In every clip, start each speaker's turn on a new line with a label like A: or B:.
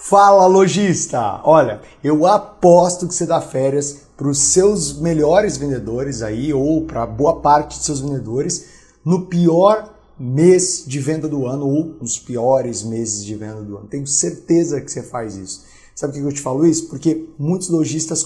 A: Fala, lojista! Olha, eu aposto que você dá férias para os seus melhores vendedores aí, ou para boa parte de seus vendedores, no pior mês de venda do ano, ou nos piores meses de venda do ano. Tenho certeza que você faz isso. Sabe por que eu te falo isso? Porque muitos lojistas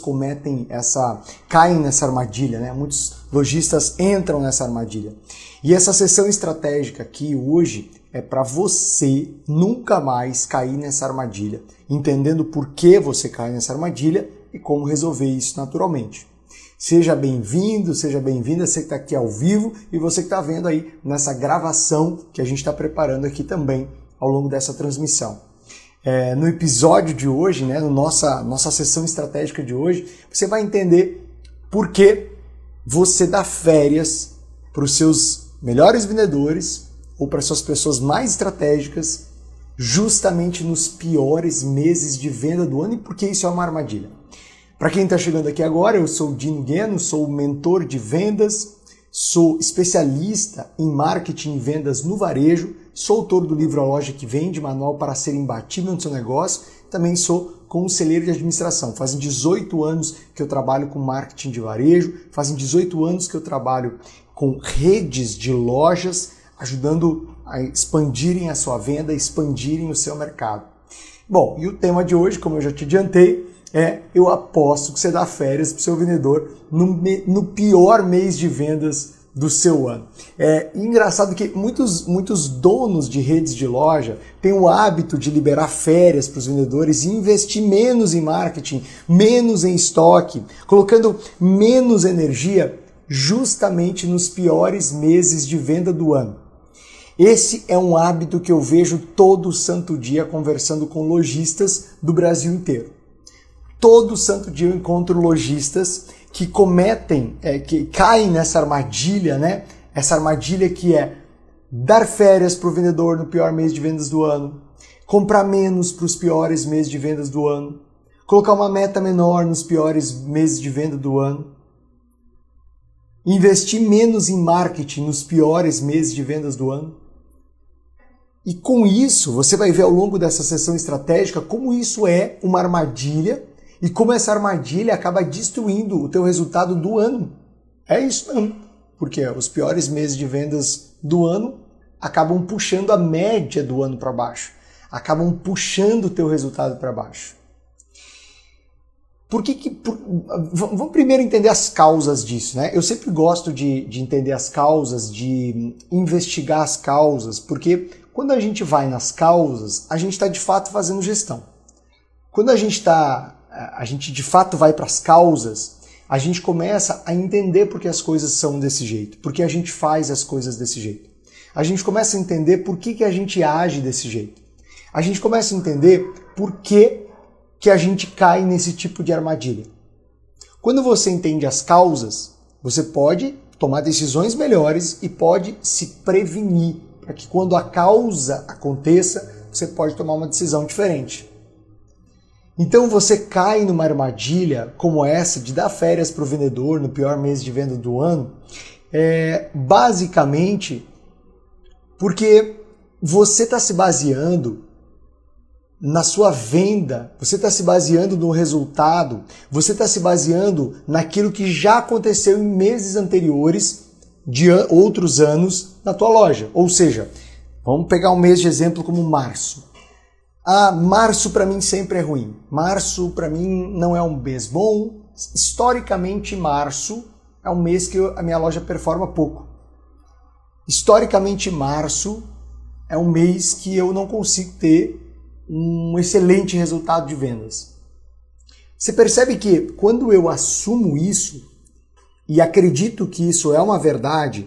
A: caem nessa armadilha, né? Muitos lojistas entram nessa armadilha. E essa sessão estratégica aqui hoje é para você nunca mais cair nessa armadilha, entendendo por que você cai nessa armadilha e como resolver isso naturalmente. Seja bem-vindo, seja bem-vinda, você que está aqui ao vivo e você que está vendo aí nessa gravação que a gente está preparando aqui também ao longo dessa transmissão. No episódio de hoje, né, nossa sessão estratégica de hoje, você vai entender por que você dá férias para os seus melhores vendedores ou para suas pessoas mais estratégicas justamente nos piores meses de venda do ano e por que isso é uma armadilha. Para quem está chegando aqui agora, eu sou o Dino Gueno, sou mentor de vendas, sou especialista em marketing e vendas no varejo, sou autor do livro A Loja que Vende, Manual para Ser Imbatível no Seu Negócio, também sou conselheiro de administração. Fazem 18 anos que eu trabalho com marketing de varejo, fazem 18 anos que eu trabalho com redes de lojas, ajudando a expandirem a sua venda, expandirem o seu mercado. Bom, e o tema de hoje, como eu já te adiantei, eu aposto que você dá férias para o seu vendedor no pior mês de vendas do seu ano. Engraçado que muitos donos de redes de loja têm o hábito de liberar férias para os vendedores e investir menos em marketing, menos em estoque, colocando menos energia justamente nos piores meses de venda do ano. Esse é um hábito que eu vejo todo santo dia conversando com lojistas do Brasil inteiro. Todo santo dia eu encontro lojistas que que caem nessa armadilha, né? Essa armadilha que é dar férias para o vendedor no pior mês de vendas do ano, comprar menos para os piores meses de vendas do ano, colocar uma meta menor nos piores meses de venda do ano, investir menos em marketing nos piores meses de vendas do ano. E com isso, você vai ver ao longo dessa sessão estratégica como isso é uma armadilha e como essa armadilha acaba destruindo o teu resultado do ano. É isso mesmo, porque os piores meses de vendas do ano acabam puxando a média do ano para baixo, acabam puxando o teu resultado para baixo. Vamos primeiro entender as causas disso, né? Eu sempre gosto de entender as causas, de investigar as causas, porque quando a gente vai nas causas, a gente está de fato fazendo gestão. Quando a gente de fato vai para as causas, a gente começa a entender por que as coisas são desse jeito, por que a gente faz as coisas desse jeito. A gente começa a entender por que a gente age desse jeito. A gente começa a entender por que a gente cai nesse tipo de armadilha. Quando você entende as causas, você pode tomar decisões melhores e pode se prevenir para que quando a causa aconteça, você pode tomar uma decisão diferente. Então você cai numa armadilha como essa de dar férias para o vendedor no pior mês de venda do ano, basicamente porque você está se baseando na sua venda, você está se baseando no resultado, você está se baseando naquilo que já aconteceu em meses anteriores de outros anos na tua loja. Ou seja, vamos pegar um mês de exemplo como março. Março para mim sempre é ruim. Março para mim não é um mês bom. Historicamente, março é um mês que a minha loja performa pouco. Historicamente, março é um mês que eu não consigo ter um excelente resultado de vendas. Você percebe que quando eu assumo isso e acredito que isso é uma verdade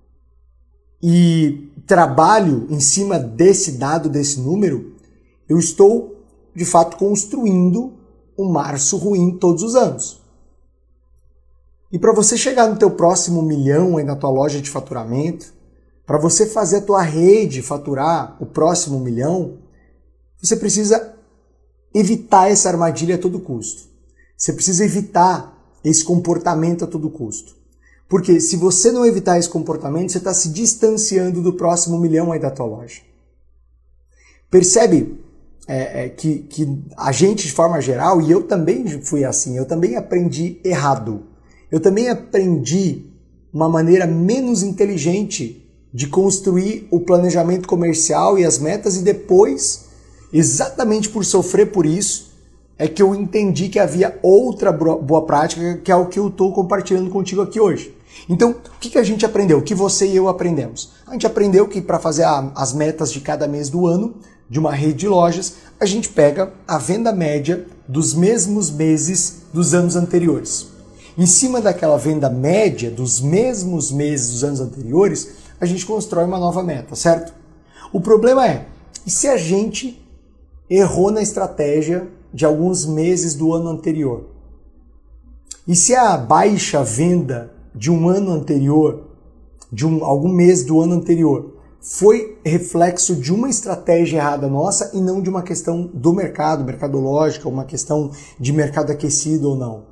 A: e trabalho em cima desse dado, desse número, eu estou de fato construindo um março ruim todos os anos. E para você chegar no teu próximo milhão aí na tua loja de faturamento, para você fazer a tua rede faturar o próximo milhão, você precisa evitar essa armadilha a todo custo. Você precisa evitar esse comportamento a todo custo. Porque se você não evitar esse comportamento, você está se distanciando do próximo milhão aí da tua loja. Percebe que a gente, de forma geral, e eu também fui assim, eu também aprendi errado. Eu também aprendi uma maneira menos inteligente de construir o planejamento comercial e as metas, e depois, exatamente por sofrer por isso, é que eu entendi que havia outra boa prática, que é o que eu estou compartilhando contigo aqui hoje. Então, o que a gente aprendeu? O que você e eu aprendemos? A gente aprendeu que para fazer as metas de cada mês do ano, de uma rede de lojas, a gente pega a venda média dos mesmos meses dos anos anteriores. Em cima daquela venda média dos mesmos meses dos anos anteriores, a gente constrói uma nova meta, certo? O problema é, e se a gente errou na estratégia de alguns meses do ano anterior? E se a baixa venda de um ano anterior, algum mês do ano anterior, foi reflexo de uma estratégia errada nossa e não de uma questão do mercado, mercadológica, uma questão de mercado aquecido ou não?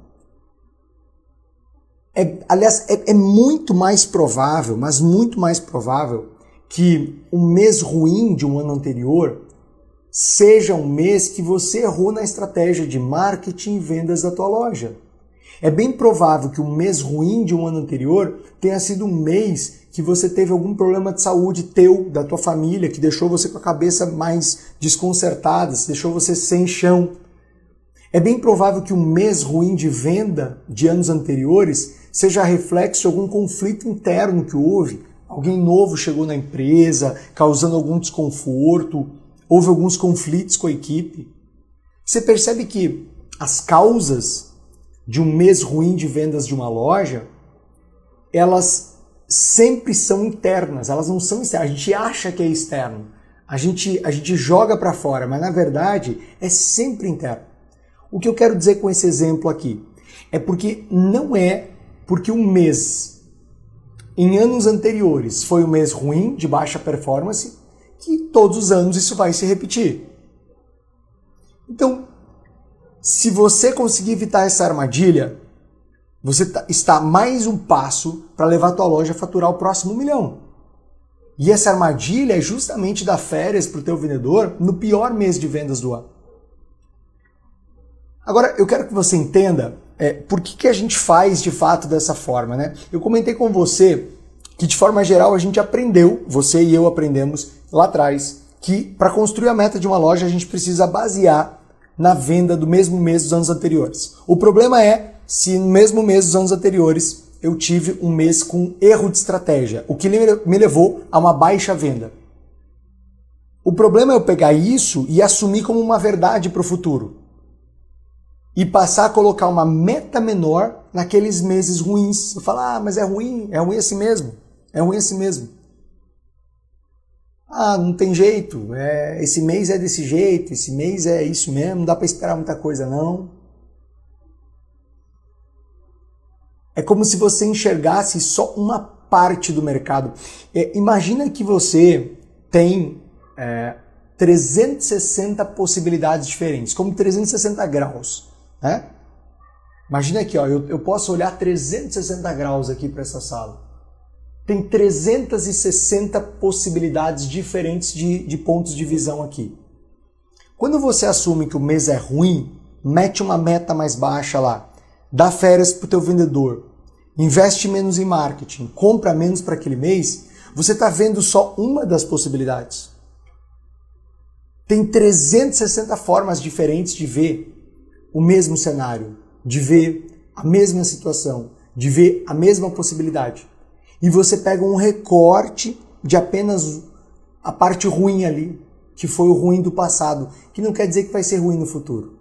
A: Aliás, é muito mais provável, mas muito mais provável, que um mês ruim de um ano anterior seja um mês que você errou na estratégia de marketing e vendas da tua loja. É bem provável que um mês ruim de um ano anterior tenha sido um mês que você teve algum problema de saúde teu, da tua família, que deixou você com a cabeça mais desconcertada, deixou você sem chão. É bem provável que um mês ruim de venda de anos anteriores seja reflexo de algum conflito interno que houve. Alguém novo chegou na empresa, causando algum desconforto, houve alguns conflitos com a equipe. Você percebe que as causas de um mês ruim de vendas de uma loja, elas sempre são internas, elas não são externas. A gente acha que é externo, a gente joga para fora, mas na verdade é sempre interno. O que eu quero dizer com esse exemplo aqui é porque não é porque um mês em anos anteriores foi um mês ruim, de baixa performance, que todos os anos isso vai se repetir. Então, se você conseguir evitar essa armadilha, você está mais um passo para levar a tua loja a faturar o próximo 1 milhão. E essa armadilha é justamente dar férias para o teu vendedor no pior mês de vendas do ano. Agora, eu quero que você entenda por que a gente faz de fato dessa forma, né? Eu comentei com você que de forma geral a gente aprendeu, você e eu aprendemos lá atrás, que para construir a meta de uma loja a gente precisa basear na venda do mesmo mês dos anos anteriores. O problema é se no mesmo mês dos anos anteriores eu tive um mês com erro de estratégia, o que me levou a uma baixa venda. O problema é eu pegar isso e assumir como uma verdade para o futuro. E passar a colocar uma meta menor naqueles meses ruins. Eu falo, mas é ruim assim mesmo. É ruim assim mesmo. Não tem jeito, esse mês é desse jeito, esse mês é isso mesmo, não dá para esperar muita coisa não. É como se você enxergasse só uma parte do mercado. Imagina que você tem 360 possibilidades diferentes, como 360 graus. Né? Imagina aqui, eu posso olhar 360 graus aqui para essa sala. Tem 360 possibilidades diferentes de pontos de visão aqui. Quando você assume que o mês é ruim, mete uma meta mais baixa lá, dá férias para o teu vendedor, investe menos em marketing, compra menos para aquele mês, você está vendo só uma das possibilidades. Tem 360 formas diferentes de ver o mesmo cenário, de ver a mesma situação, de ver a mesma possibilidade. E você pega um recorte de apenas a parte ruim ali, que foi o ruim do passado, que não quer dizer que vai ser ruim no futuro.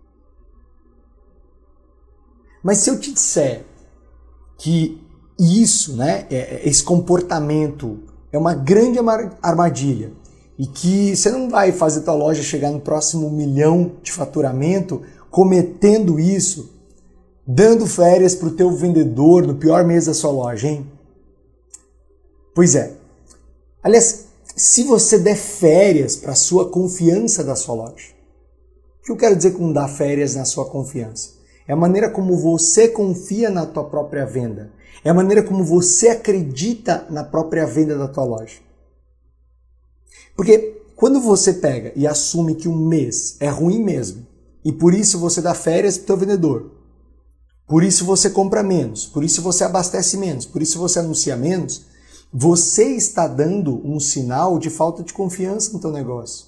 A: Mas se eu te disser que isso, né, esse comportamento é uma grande armadilha e que você não vai fazer tua loja chegar no próximo 1 milhão de faturamento cometendo isso, dando férias para o teu vendedor no pior mês da sua loja, hein? Pois é. Aliás, se você der férias para a sua confiança da sua loja, o que eu quero dizer com dar férias na sua confiança? É a maneira como você confia na tua própria venda. É a maneira como você acredita na própria venda da tua loja. Porque Quando você pega e assume que um mês é ruim mesmo, e por isso você dá férias para o teu vendedor, por isso você compra menos, por isso você abastece menos, por isso você anuncia menos, você está dando um sinal de falta de confiança no teu negócio.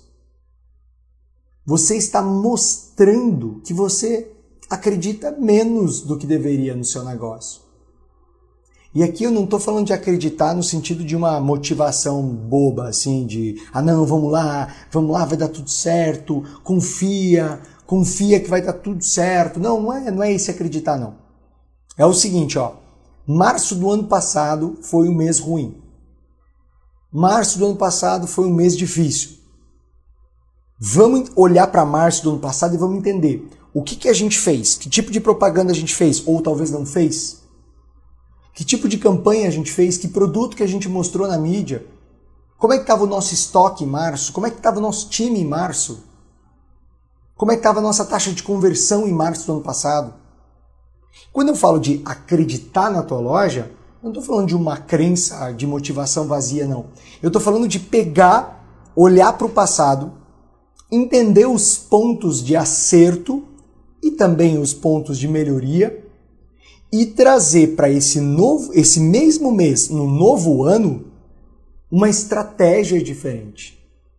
A: Você está mostrando que você acredita menos do que deveria no seu negócio. E aqui eu não estou falando de acreditar no sentido de uma motivação boba, assim, de não, vamos lá, vai dar tudo certo, confia que vai dar tudo certo. Não é esse acreditar, não. É o seguinte, março do ano passado foi um mês ruim. Março do ano passado foi um mês difícil. Vamos olhar para março do ano passado e vamos entender o que a gente fez, que tipo de propaganda a gente fez, ou talvez não fez. Que tipo de campanha a gente fez? Que produto que a gente mostrou na mídia? Como é que estava o nosso estoque em março? Como é que estava o nosso time em março? Como é que estava a nossa taxa de conversão em março do ano passado? Quando eu falo de acreditar na tua loja, não estou falando de uma crença de motivação vazia, não. Eu estou falando de pegar, olhar para o passado, entender os pontos de acerto e também os pontos de melhoria, e trazer para esse mesmo mês, no novo ano, uma estratégia diferente.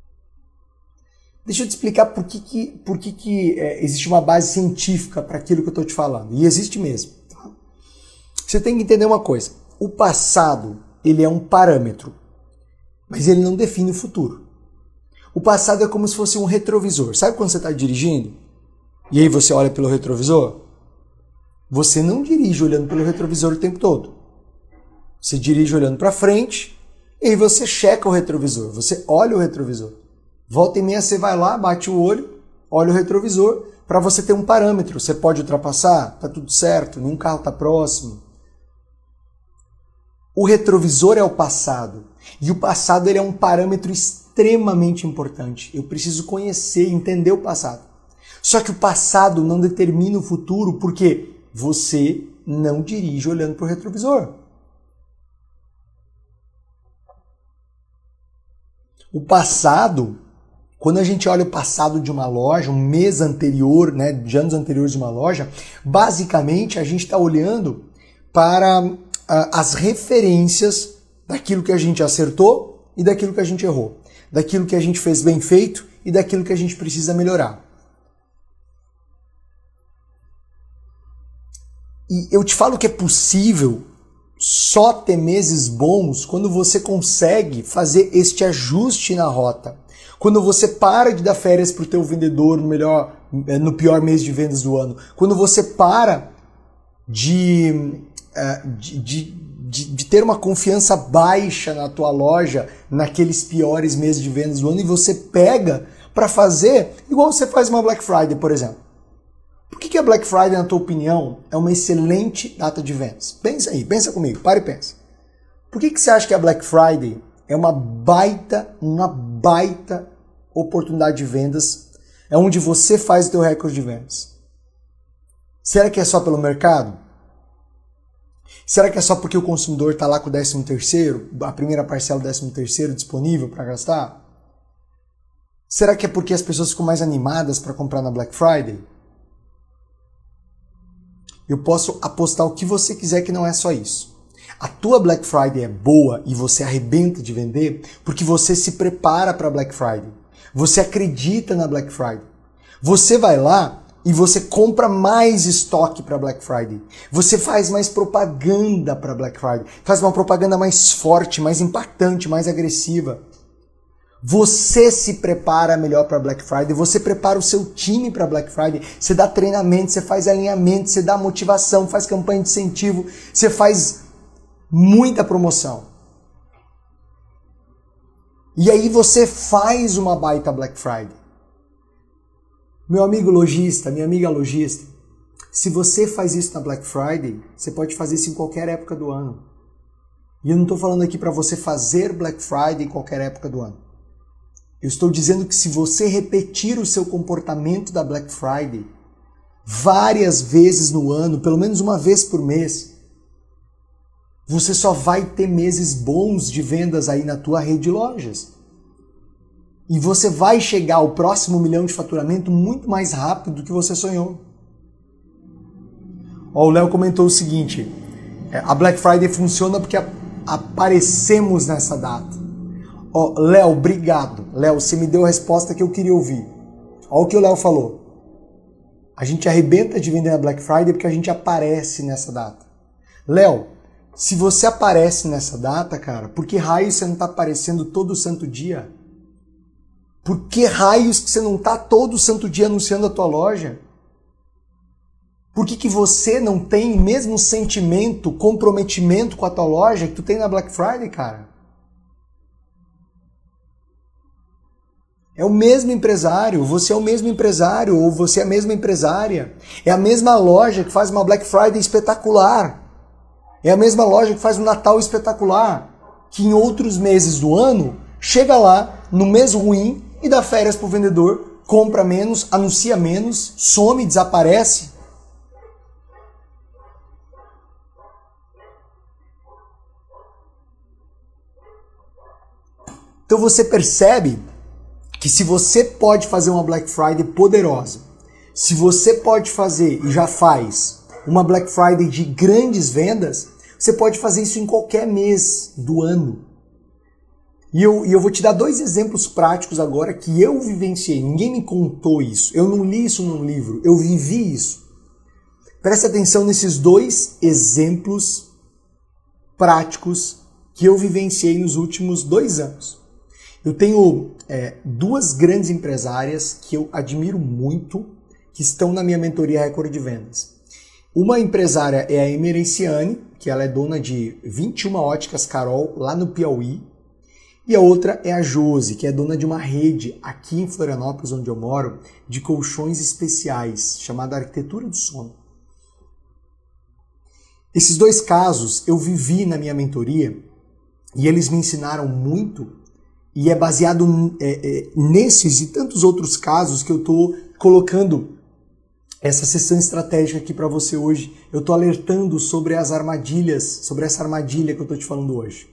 A: Deixa eu te explicar por que existe uma base científica para aquilo que eu estou te falando. E existe mesmo. Tá? Você tem que entender uma coisa. O passado, ele é um parâmetro, mas ele não define o futuro. O passado é como se fosse um retrovisor. Sabe quando você está dirigindo? E aí você olha pelo retrovisor? Você não dirige olhando pelo retrovisor o tempo todo. Você dirige olhando para frente e aí você checa o retrovisor, você olha o retrovisor. Volta e meia você vai lá, bate o olho, olha o retrovisor para você ter um parâmetro. Você pode ultrapassar, tá tudo certo, nenhum carro está próximo. O retrovisor é o passado e o passado ele é um parâmetro extremamente importante. Eu preciso conhecer, entender o passado. Só que o passado não determina o futuro porque você não dirige olhando para o retrovisor. O passado, quando a gente olha o passado de uma loja, um mês anterior, de anos anteriores de uma loja, basicamente a gente está olhando para as referências daquilo que a gente acertou e daquilo que a gente errou, daquilo que a gente fez bem feito e daquilo que a gente precisa melhorar. E eu te falo que é possível só ter meses bons quando você consegue fazer este ajuste na rota. Quando você para de dar férias para o teu vendedor no pior mês de vendas do ano. Quando você para de ter uma confiança baixa na tua loja naqueles piores meses de vendas do ano e você pega para fazer igual você faz uma Black Friday, por exemplo. Por que a Black Friday, na tua opinião, é uma excelente data de vendas? Pensa aí, pensa comigo, para e pensa. Por que você acha que a Black Friday é uma baita oportunidade de vendas? É onde você faz o teu recorde de vendas. Será que é só pelo mercado? Será que é só porque o consumidor está lá com o 13º, a primeira parcela do 13º disponível para gastar? Será que é porque as pessoas ficam mais animadas para comprar na Black Friday? Eu posso apostar o que você quiser que não é só isso. A tua Black Friday é boa e você arrebenta de vender porque você se prepara para a Black Friday. Você acredita na Black Friday. Você vai lá e você compra mais estoque para Black Friday. Você faz mais propaganda para Black Friday. Faz uma propaganda mais forte, mais impactante, mais agressiva. Você se prepara melhor para Black Friday, você prepara o seu time para Black Friday, você dá treinamento, você faz alinhamento, você dá motivação, faz campanha de incentivo, você faz muita promoção. E aí você faz uma baita Black Friday. Meu amigo lojista, minha amiga lojista, se você faz isso na Black Friday, você pode fazer isso em qualquer época do ano. E eu não estou falando aqui para você fazer Black Friday em qualquer época do ano. Eu estou dizendo que se você repetir o seu comportamento da Black Friday várias vezes no ano, pelo menos uma vez por mês, você só vai ter meses bons de vendas aí na tua rede de lojas. E você vai chegar ao próximo 1 milhão de faturamento muito mais rápido do que você sonhou. Ó, o Léo comentou o seguinte: a Black Friday funciona porque aparecemos nessa data. Ó, Léo, obrigado. Léo, você me deu a resposta que eu queria ouvir. Ó o que o Léo falou. A gente arrebenta de vender na Black Friday porque a gente aparece nessa data. Léo, se você aparece nessa data, cara, por que raios você não está aparecendo todo santo dia? Por que raios que você não está todo santo dia anunciando a tua loja? Por que você não tem o mesmo sentimento, comprometimento com a tua loja que tu tem na Black Friday, cara? É o mesmo empresário, você é o mesmo empresário, ou você é a mesma empresária. É a mesma loja que faz uma Black Friday espetacular. É a mesma loja que faz um Natal espetacular. Que em outros meses do ano, chega lá, no mês ruim, e dá férias pro vendedor, compra menos, anuncia menos, some, desaparece. Então você percebe que se você pode fazer uma Black Friday poderosa, se você pode fazer e já faz uma Black Friday de grandes vendas, você pode fazer isso em qualquer mês do ano. E eu vou te dar 2 exemplos práticos agora que eu vivenciei. Ninguém me contou isso. Eu não li isso num livro. Eu vivi isso. Preste atenção nesses 2 exemplos práticos que eu vivenciei nos últimos 2 anos. Eu tenho 2 grandes empresárias que eu admiro muito, que estão na minha mentoria Recorde de Vendas. Uma empresária é a Emerenciane, que ela é dona de 21 óticas Carol, lá no Piauí. E a outra é a Josi, que é dona de uma rede aqui em Florianópolis, onde eu moro, de colchões especiais, chamada Arquitetura do Sono. Esses 2 casos eu vivi na minha mentoria e eles me ensinaram muito, e é baseado nesses e tantos outros casos que eu estou colocando essa sessão estratégica aqui para você hoje. Eu estou alertando sobre as armadilhas, sobre essa armadilha que eu estou te falando hoje.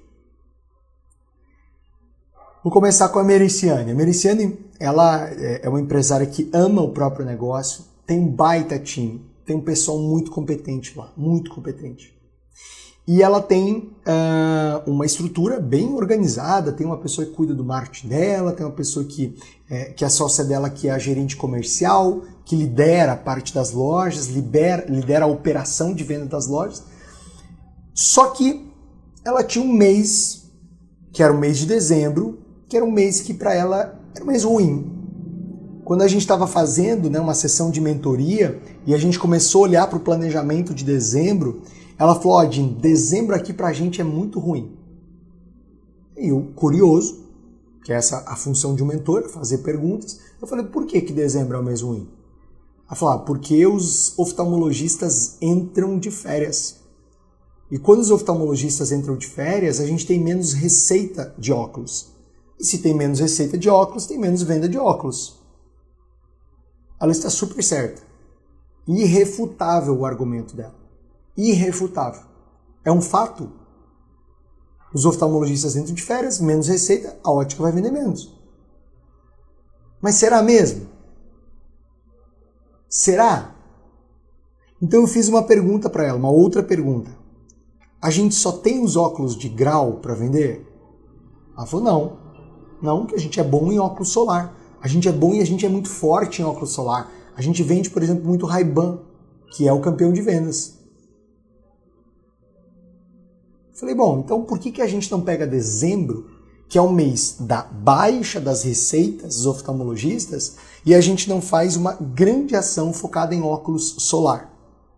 A: Vou começar com a Emerenciane. A Emerenciane, ela é uma empresária que ama o próprio negócio, tem um baita time, tem um pessoal muito competente lá, muito competente. E ela tem uma estrutura bem organizada, tem uma pessoa que cuida do marketing dela, tem uma pessoa que é sócia dela, que é a gerente comercial, que lidera a parte das lojas, lidera a operação de venda das lojas. Só que ela tinha um mês, que era o mês de dezembro, que era um mês que para ela era um mês ruim. Quando a gente estava fazendo uma sessão de mentoria e a gente começou a olhar para o planejamento de dezembro, ela falou: ó, Jim, dezembro aqui pra gente é muito ruim. E eu, curioso, que é essa a função de um mentor, fazer perguntas, eu falei: por que dezembro é um mês ruim? Ela falou: porque os oftalmologistas entram de férias. E quando os oftalmologistas entram de férias, a gente tem menos receita de óculos. E se tem menos receita de óculos, tem menos venda de óculos. Ela está super certa. Irrefutável o argumento dela. Irrefutável. É um fato. Os oftalmologistas entram de férias, menos receita, a ótica vai vender menos. Mas será mesmo? Será? Então eu fiz uma pergunta para ela, uma outra pergunta. A gente só tem os óculos de grau para vender? Ela falou: não. Não, que a gente é bom em óculos solar. A gente é bom e a gente é muito forte em óculos solar. A gente vende, por exemplo, muito Ray-Ban, que é o campeão de vendas. Falei: bom, então por que a gente não pega dezembro, que é o mês da baixa das receitas dos oftalmologistas, e a gente não faz uma grande ação focada em óculos solar?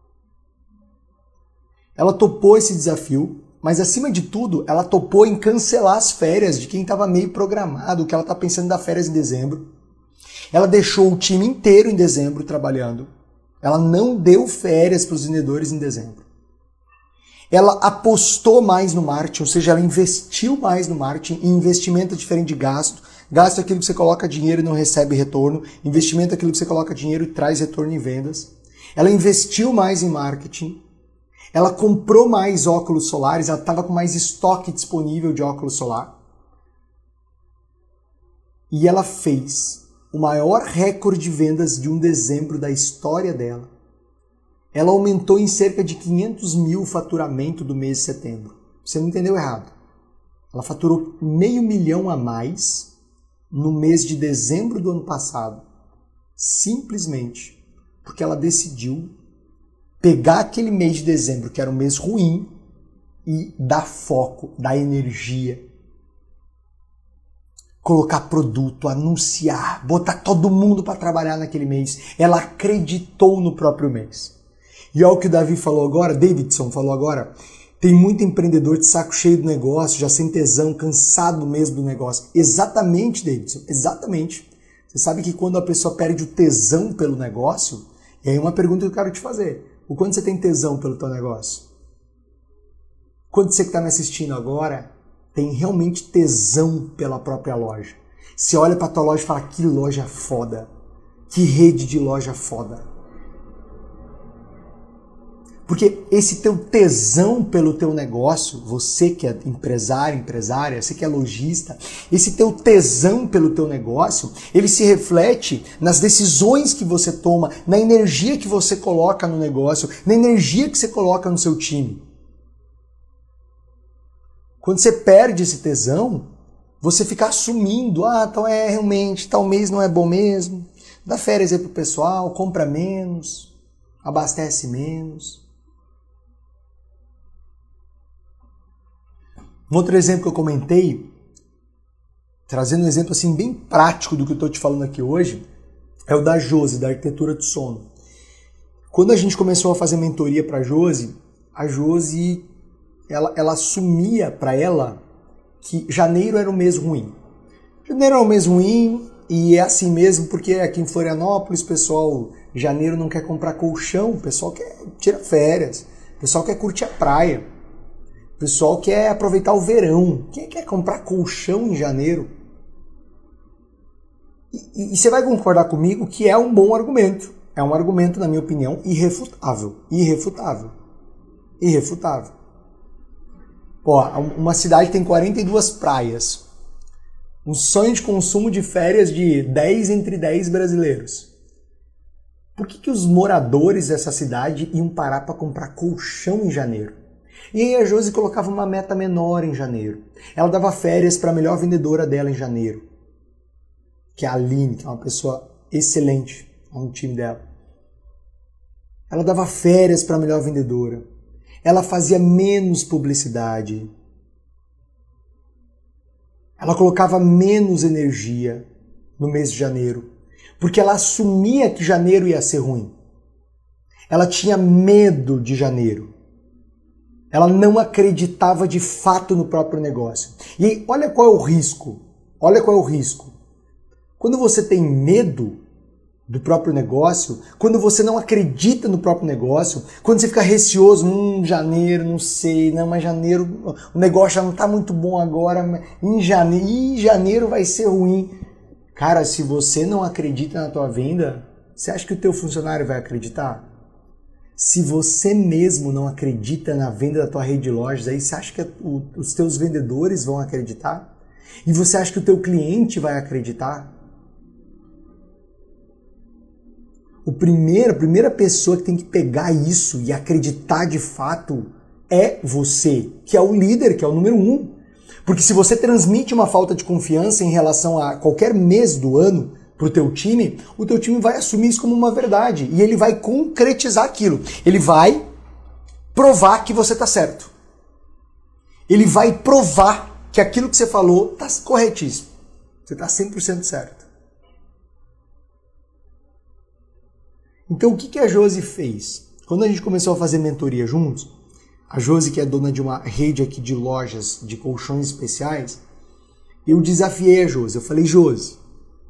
A: Ela topou esse desafio, mas acima de tudo, ela topou em cancelar as férias de quem estava meio programado, que ela está pensando em dar férias em dezembro. Ela deixou o time inteiro em dezembro trabalhando. Ela não deu férias para os vendedores em dezembro. Ela apostou mais no marketing, ou seja, ela investiu mais no marketing, e investimento é diferente de gasto. Gasto é aquilo que você coloca dinheiro e não recebe retorno. Investimento é aquilo que você coloca dinheiro e traz retorno em vendas. Ela investiu mais em marketing. Ela comprou mais óculos solares, ela estava com mais estoque disponível de óculos solar. e ela fez o maior recorde de vendas de um dezembro da história dela. Ela aumentou em cerca de 500 mil o faturamento do mês de setembro. Você não entendeu errado. Ela faturou $500 mil a mais no mês de dezembro do ano passado, simplesmente porque ela decidiu pegar aquele mês de dezembro, que era um mês ruim, e dar foco, dar energia, colocar produto, anunciar, botar todo mundo para trabalhar naquele mês. Ela acreditou no próprio mês. E olha o que o Davidson falou agora, tem muito empreendedor de saco cheio do negócio, já sem tesão, cansado mesmo do negócio. Exatamente, Davidson, exatamente. Você sabe que quando a pessoa perde o tesão pelo negócio, e aí uma pergunta que eu quero te fazer, o quanto você tem tesão pelo teu negócio? Quanto você que está me assistindo agora tem realmente tesão pela própria loja? Você olha para a tua loja e fala, que loja foda, que rede de loja foda. Porque esse teu tesão pelo teu negócio, você que é empresário, empresária, você que é lojista, esse teu tesão pelo teu negócio, ele se reflete nas decisões que você toma, na energia que você coloca no negócio, na energia que você coloca no seu time. Quando você perde esse tesão, você fica assumindo, então realmente, tal mês não é bom mesmo, dá férias aí pro pessoal, compra menos, abastece menos. Um outro exemplo que eu comentei, trazendo um exemplo assim bem prático do que eu estou te falando aqui hoje, é o da Josi, da Arquitetura do Sono. Quando a gente começou a fazer mentoria para a Josi ela assumia para ela que janeiro era um mês ruim. Janeiro é um mês ruim e é assim mesmo porque aqui em Florianópolis, pessoal, janeiro não quer comprar colchão, o pessoal quer tirar férias, o pessoal quer curtir a praia. O pessoal quer aproveitar o verão. Quem quer comprar colchão em janeiro? E você vai concordar comigo que é um bom argumento. É um argumento, na minha opinião, irrefutável. Irrefutável. Irrefutável. Uma cidade tem 42 praias. Um sonho de consumo de férias de 10 entre 10 brasileiros. Por que os moradores dessa cidade iam parar para comprar colchão em janeiro? E aí a Josi colocava uma meta menor em janeiro. Ela dava férias para a melhor vendedora dela em janeiro, que é a Aline, que é uma pessoa excelente no time dela. Ela dava férias para a melhor vendedora. Ela fazia menos publicidade. Ela colocava menos energia no mês de janeiro, porque ela assumia que janeiro ia ser ruim. Ela tinha medo de janeiro. Ela não acreditava de fato no próprio negócio. E aí, olha qual é o risco. Olha qual é o risco. Quando você tem medo do próprio negócio, quando você não acredita no próprio negócio, quando você fica receoso, janeiro, não sei, não, mas janeiro, o negócio já não está muito bom agora, em janeiro vai ser ruim. Cara, se você não acredita na tua venda, você acha que o teu funcionário vai acreditar? Se você mesmo não acredita na venda da tua rede de lojas, aí você acha que os teus vendedores vão acreditar? E você acha que o teu cliente vai acreditar? A primeira pessoa que tem que pegar isso e acreditar de fato é você, que é o líder, que é o número 1. Porque se você transmite uma falta de confiança em relação a qualquer mês do ano, pro teu time, o teu time vai assumir isso como uma verdade e ele vai concretizar aquilo. Ele vai provar que você tá certo. Ele vai provar que aquilo que você falou tá corretíssimo. Você tá 100% certo. Então o que a Josi fez? Quando a gente começou a fazer mentoria juntos, a Josi, que é dona de uma rede aqui de lojas de colchões especiais, eu desafiei a Josi. Eu falei, Josi,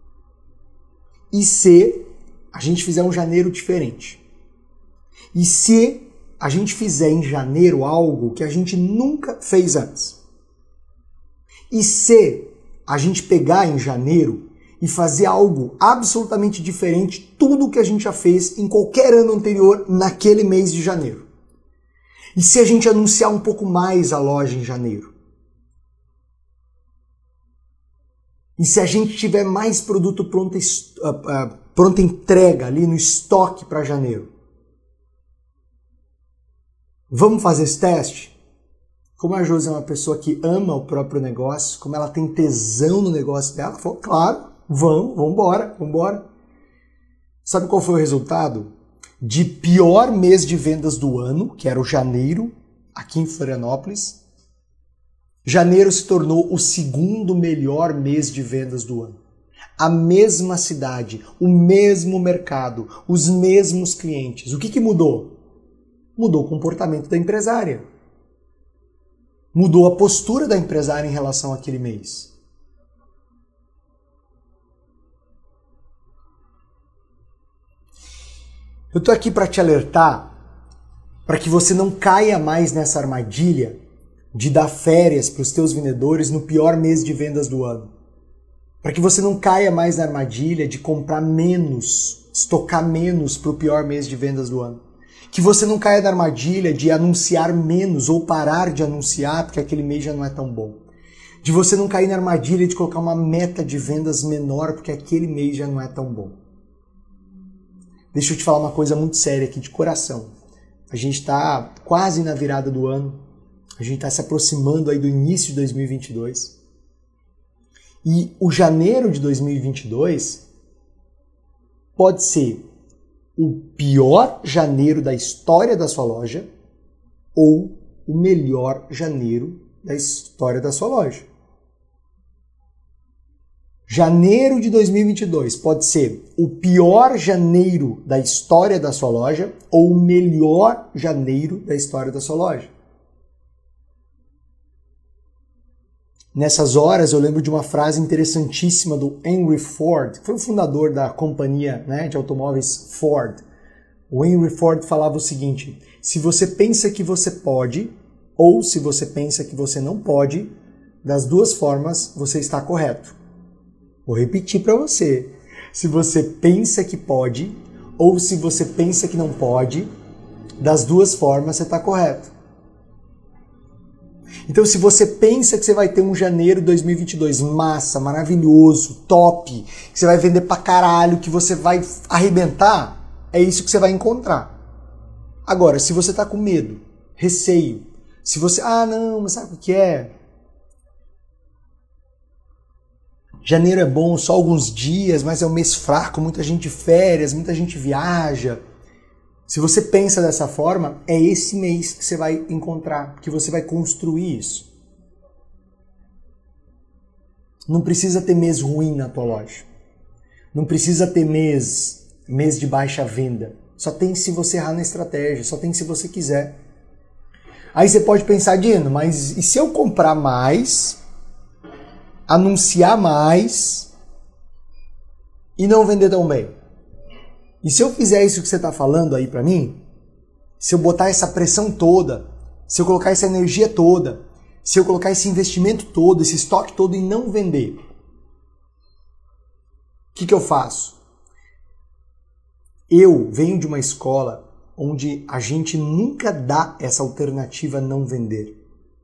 A: e se a gente fizer um janeiro diferente? E se a gente fizer em janeiro algo que a gente nunca fez antes? E se a gente pegar em janeiro e fazer algo absolutamente diferente, tudo que a gente já fez em qualquer ano anterior naquele mês de janeiro? E se a gente anunciar um pouco mais a loja em janeiro? E se a gente tiver mais produto pronta entrega ali no estoque para janeiro? Vamos fazer esse teste? Como a Josi é uma pessoa que ama o próprio negócio, como ela tem tesão no negócio dela, ela falou, claro, vamos embora. Sabe qual foi o resultado? De pior mês de vendas do ano, que era o janeiro, aqui em Florianópolis, janeiro se tornou o segundo melhor mês de vendas do ano. A mesma cidade, o mesmo mercado, os mesmos clientes. O que mudou? Mudou o comportamento da empresária. Mudou a postura da empresária em relação àquele mês. Eu estou aqui para te alertar, para que você não caia mais nessa armadilha de dar férias para os teus vendedores no pior mês de vendas do ano. Para que você não caia mais na armadilha de comprar menos, estocar menos para o pior mês de vendas do ano. Que você não caia na armadilha de anunciar menos ou parar de anunciar porque aquele mês já não é tão bom. De você não cair na armadilha de colocar uma meta de vendas menor porque aquele mês já não é tão bom. Deixa eu te falar uma coisa muito séria aqui de coração. A gente está quase na virada do ano. A gente está se aproximando aí do início de 2022. E o janeiro de 2022 pode ser o pior janeiro da história da sua loja ou o melhor janeiro da história da sua loja. Janeiro de 2022 pode ser o pior janeiro da história da sua loja ou o melhor janeiro da história da sua loja. Nessas horas eu lembro de uma frase interessantíssima do Henry Ford, que foi o fundador da companhia, né, de automóveis Ford. O Henry Ford falava o seguinte: se você pensa que você pode ou se você pensa que você não pode, das duas formas você está correto. Vou repetir para você. Se você pensa que pode ou se você pensa que não pode, das duas formas você está correto. Então, se você pensa que você vai ter um janeiro de 2022 massa, maravilhoso, top, que você vai vender pra caralho, que você vai arrebentar, é isso que você vai encontrar. Agora, se você tá com medo, receio, se você, não, mas sabe o que é? Janeiro é bom só alguns dias, mas é um mês fraco, muita gente de férias, muita gente viaja. Se você pensa dessa forma, é esse mês que você vai encontrar, que você vai construir isso. Não precisa ter mês ruim na tua loja. Não precisa ter mês de baixa venda. Só tem se você errar na estratégia, só tem se você quiser. Aí você pode pensar, Dino, mas e se eu comprar mais, anunciar mais e não vender tão bem? E se eu fizer isso que você está falando aí para mim, se eu botar essa pressão toda, se eu colocar essa energia toda, se eu colocar esse investimento todo, esse estoque todo e não vender, o que eu faço? Eu venho de uma escola onde a gente nunca dá essa alternativa não vender.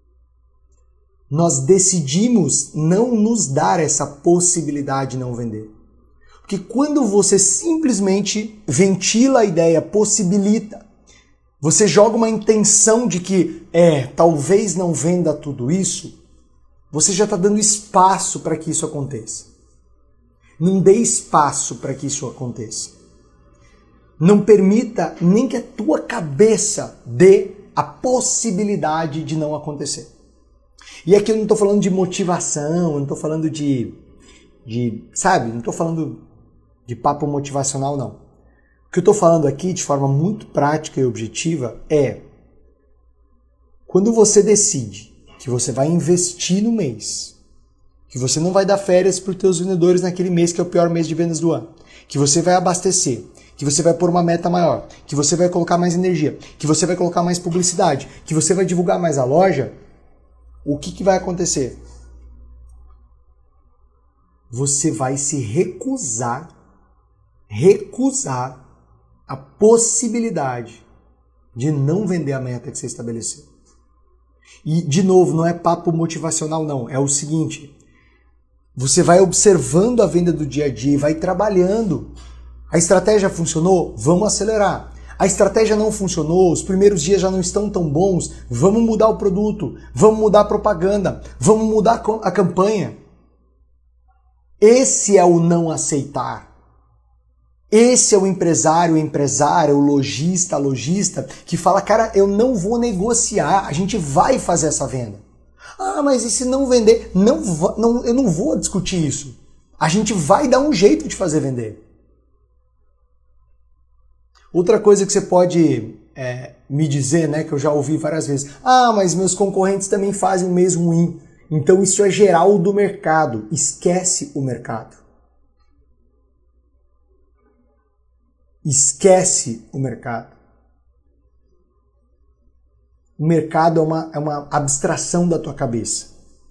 A: Nós decidimos não nos dar essa possibilidade de não vender. Porque quando você simplesmente ventila a ideia, possibilita, você joga uma intenção de que, talvez não venda tudo isso, você já está dando espaço para que isso aconteça. Não dê espaço para que isso aconteça. Não permita nem que a tua cabeça dê a possibilidade de não acontecer. E aqui eu não estou falando de motivação, eu não estou falando não estou falando de papo motivacional, não. O que eu estou falando aqui, de forma muito prática e objetiva, é quando você decide que você vai investir no mês, que você não vai dar férias para os teus vendedores naquele mês que é o pior mês de vendas do ano, que você vai abastecer, que você vai pôr uma meta maior, que você vai colocar mais energia, que você vai colocar mais publicidade, que você vai divulgar mais a loja, o que vai acontecer? Você vai se recusar a possibilidade de não vender a meta que você estabeleceu. E, de novo, não é papo motivacional, não. É o seguinte, Você vai observando a venda do dia a dia e vai trabalhando. A estratégia funcionou? Vamos acelerar. A estratégia não funcionou, os primeiros dias já não estão tão bons, vamos mudar o produto, vamos mudar a propaganda, vamos mudar a campanha. Esse é o não aceitar. Esse é o empresário, o lojista, a lojista, que fala, cara, eu não vou negociar, a gente vai fazer essa venda. Ah, mas e se não vender? Eu não vou discutir isso. A gente vai dar um jeito de fazer vender. Outra coisa que você pode me dizer, né, que eu já ouvi várias vezes, ah, mas meus concorrentes também fazem o mesmo ruim. Então isso é geral do mercado. Esquece o mercado. Esquece o mercado. O mercado é uma abstração da tua cabeça.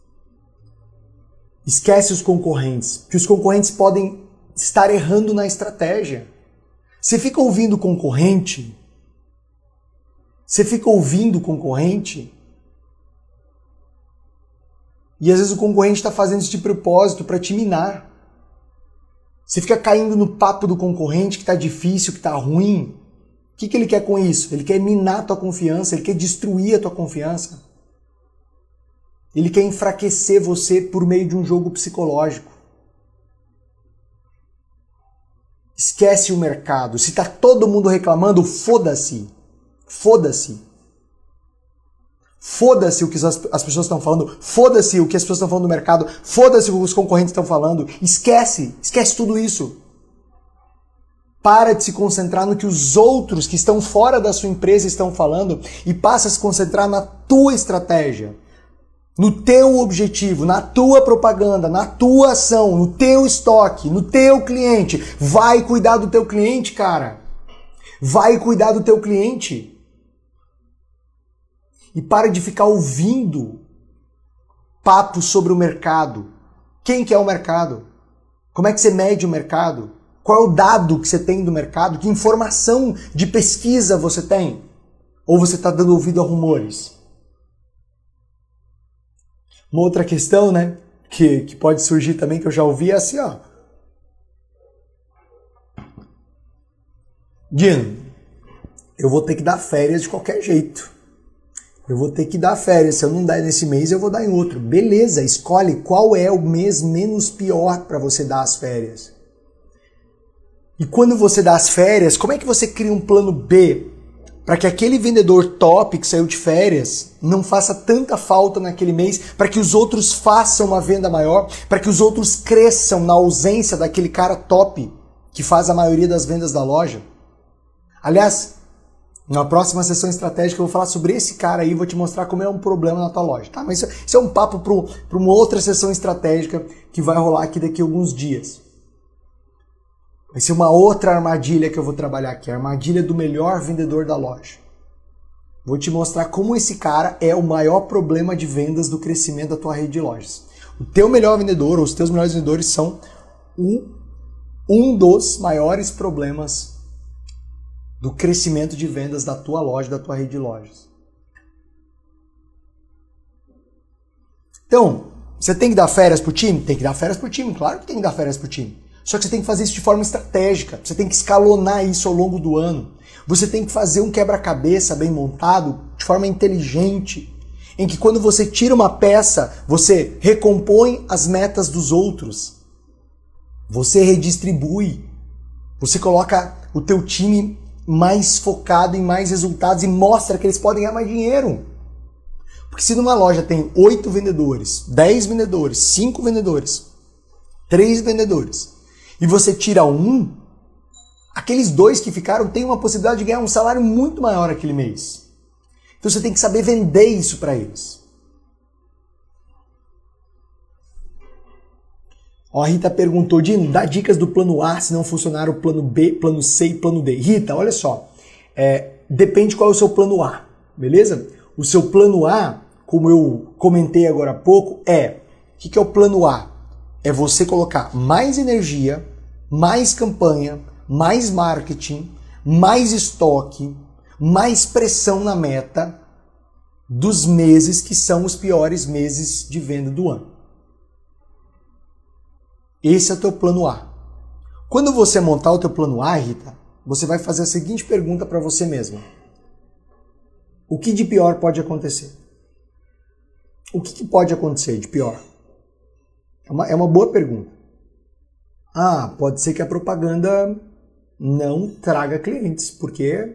A: Esquece os concorrentes, que os concorrentes podem estar errando na estratégia. Você fica ouvindo concorrente? E às vezes o concorrente está fazendo isso de propósito para te minar. Você fica caindo no papo do concorrente que está difícil, que está ruim. O que ele quer com isso? Ele quer minar a tua confiança, ele quer destruir a tua confiança. Ele quer enfraquecer você por meio de um jogo psicológico. Esquece o mercado. Se está todo mundo reclamando, foda-se. Foda-se. Foda-se o que as pessoas estão falando. Foda-se o que as pessoas estão falando do mercado. Foda-se o que os concorrentes estão falando. Esquece. Esquece tudo isso. Para de se concentrar no que os outros que estão fora da sua empresa estão falando e passa a se concentrar na tua estratégia, no teu objetivo, na tua propaganda, na tua ação, no teu estoque, no teu cliente. Vai cuidar do teu cliente, cara. Vai cuidar do teu cliente. E para de ficar ouvindo papos sobre o mercado. Quem que é o mercado? Como é que você mede o mercado? Qual é o dado que você tem do mercado? Que informação de pesquisa você tem? Ou você está dando ouvido a rumores? Uma outra questão, né, que pode surgir também, que eu já ouvi, é assim, ó. Dino, eu vou ter que dar férias de qualquer jeito. Eu vou ter que dar férias. Se eu não der nesse mês, eu vou dar em outro. Beleza, escolhe qual é o mês menos pior para você dar as férias. E quando você dá as férias, como é que você cria um plano B para que aquele vendedor top que saiu de férias não faça tanta falta naquele mês, para que os outros façam uma venda maior, para que os outros cresçam na ausência daquele cara top que faz a maioria das vendas da loja? Aliás, na próxima sessão estratégica eu vou falar sobre esse cara aí e vou te mostrar como é um problema na tua loja, tá? Mas isso é um papo para uma outra sessão estratégica que vai rolar aqui daqui a alguns dias. Vai ser uma outra armadilha que eu vou trabalhar aqui, a armadilha do melhor vendedor da loja. Vou te mostrar como esse cara é o maior problema de vendas do crescimento da tua rede de lojas. O teu melhor vendedor ou os teus melhores vendedores são um dos maiores problemas do crescimento de vendas da tua loja, da tua rede de lojas. Então, você tem que dar férias pro time? Tem que dar férias pro time, claro que tem que dar férias pro time. Só que você tem que fazer isso de forma estratégica, você tem que escalonar isso ao longo do ano. Você tem que fazer um quebra-cabeça bem montado, de forma inteligente, em que quando você tira uma peça, você recompõe as metas dos outros. Você redistribui. Você coloca o teu time mais focado em mais resultados e mostra que eles podem ganhar mais dinheiro. Porque se numa loja tem 8 vendedores, 10 vendedores, 5 vendedores, 3 vendedores, e você tira um, aqueles 2 que ficaram têm uma possibilidade de ganhar um salário muito maior aquele mês. Então você tem que saber vender isso para eles. Ó, a Rita perguntou, Dino, dá dicas do plano A se não funcionar o plano B, plano C e plano D. Rita, olha só, depende qual é o seu plano A, beleza? O seu plano A, como eu comentei agora há pouco, o que é o plano A? É você colocar mais energia, mais campanha, mais marketing, mais estoque, mais pressão na meta dos meses que são os piores meses de venda do ano. Esse é o teu plano A. Quando você montar o teu plano A, Rita, você vai fazer a seguinte pergunta para você mesma. O que de pior pode acontecer? O que pode acontecer de pior? É uma boa pergunta. Ah, pode ser que a propaganda não traga clientes, porque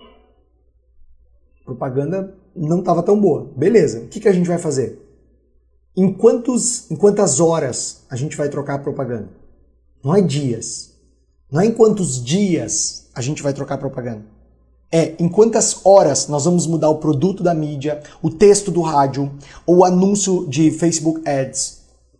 A: a propaganda não estava tão boa. Beleza, o que a gente vai fazer? Em quantas horas a gente vai trocar a propaganda? Não é dias. Não é em quantos dias a gente vai trocar a propaganda. É em quantas horas nós vamos mudar o produto da mídia, o texto do rádio ou o anúncio de Facebook Ads.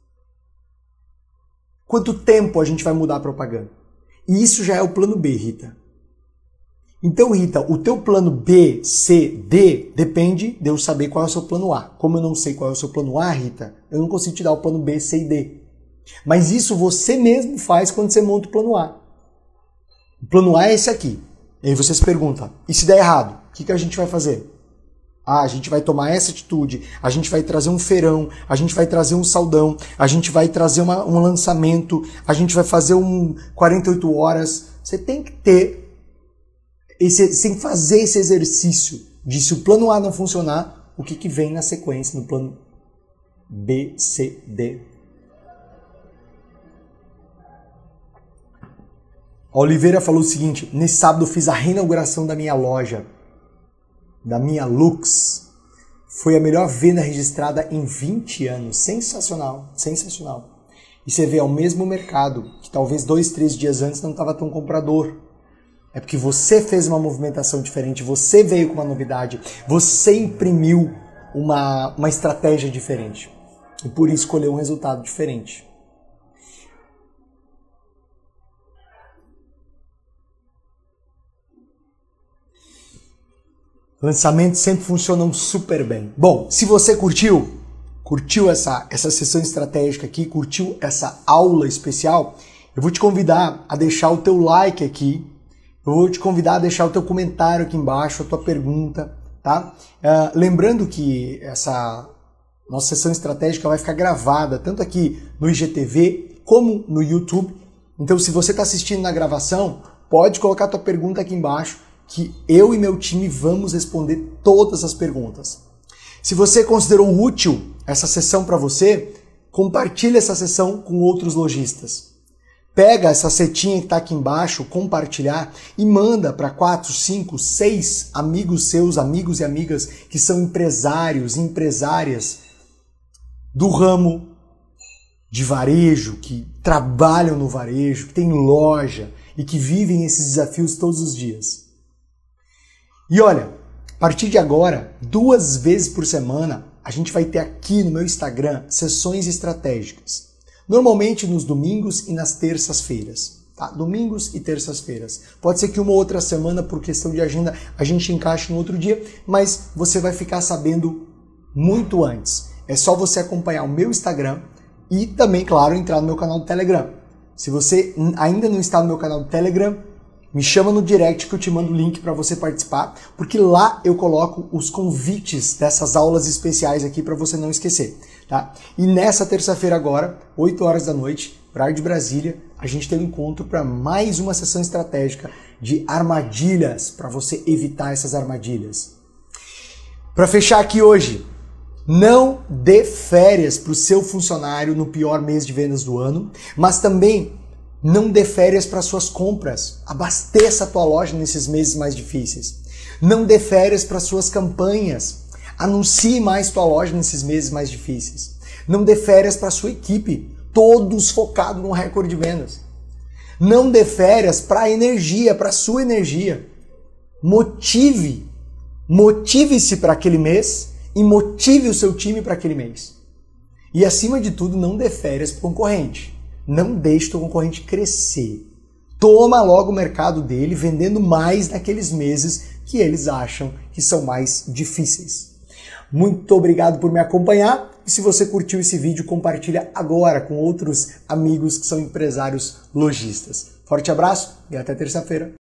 A: Quanto tempo a gente vai mudar a propaganda? E isso já é o plano B, Rita. Então, Rita, o teu plano B, C, D depende de eu saber qual é o seu plano A. Como eu não sei qual é o seu plano A, Rita, eu não consigo te dar o plano B, C e D. Mas isso você mesmo faz quando você monta o plano A. O plano A é esse aqui. E aí você se pergunta, e se der errado, o que a gente vai fazer? Ah, a gente vai tomar essa atitude, a gente vai trazer um feirão, a gente vai trazer um saldão, a gente vai trazer um lançamento, a gente vai fazer 48 horas. Você tem que sem fazer esse exercício de se o plano A não funcionar, o que vem na sequência no plano B, C, D. A Oliveira falou o seguinte, nesse sábado eu fiz a reinauguração da minha loja, da minha Lux. Foi a melhor venda registrada em 20 anos. Sensacional, sensacional. E você vê, é o mesmo mercado, que talvez 2, 3 dias antes não estava tão comprador. É porque você fez uma movimentação diferente, você veio com uma novidade, você imprimiu uma estratégia diferente. E por isso escolheu um resultado diferente. Lançamentos sempre funcionam super bem. Bom, se você curtiu essa sessão estratégica aqui, curtiu essa aula especial, eu vou te convidar a deixar o teu like aqui, eu vou te convidar a deixar o teu comentário aqui embaixo, a tua pergunta, tá? Lembrando que essa nossa sessão estratégica vai ficar gravada tanto aqui no IGTV como no YouTube. Então, se você está assistindo na gravação, pode colocar a tua pergunta aqui embaixo, que eu e meu time vamos responder todas as perguntas. Se você considerou útil essa sessão para você, compartilhe essa sessão com outros lojistas. Pega essa setinha que está aqui embaixo, compartilhar, e manda para 4, 5, 6 amigos seus, amigos e amigas que são empresários e empresárias do ramo de varejo, que trabalham no varejo, que tem loja e que vivem esses desafios todos os dias. E olha, a partir de agora, 2 vezes por semana, a gente vai ter aqui no meu Instagram sessões estratégicas. Normalmente nos domingos e nas terças-feiras. Tá? Domingos e terças-feiras. Pode ser que uma ou outra semana, por questão de agenda, a gente encaixe no outro dia, mas você vai ficar sabendo muito antes. É só você acompanhar o meu Instagram e também, claro, entrar no meu canal do Telegram. Se você ainda não está no meu canal do Telegram, me chama no direct que eu te mando o link para você participar, porque lá eu coloco os convites dessas aulas especiais aqui para você não esquecer, tá? E nessa terça-feira agora, 8 horas da noite, horário de Brasília, a gente tem um encontro para mais uma sessão estratégica de armadilhas, para você evitar essas armadilhas. Para fechar aqui hoje, não dê férias para o seu funcionário no pior mês de vendas do ano, mas também não dê férias para suas compras. Abasteça a tua loja nesses meses mais difíceis. Não dê férias para suas campanhas. Anuncie mais tua loja nesses meses mais difíceis. Não dê férias para sua equipe. Todos focados no recorde de vendas. Não dê férias para a energia, para a sua energia. Motive-se para aquele mês e motive o seu time para aquele mês. E acima de tudo, não dê férias para o concorrente. Não deixe o teu concorrente crescer. Toma logo o mercado dele, vendendo mais naqueles meses que eles acham que são mais difíceis. Muito obrigado por me acompanhar. E se você curtiu esse vídeo, compartilha agora com outros amigos que são empresários lojistas. Forte abraço e até terça-feira.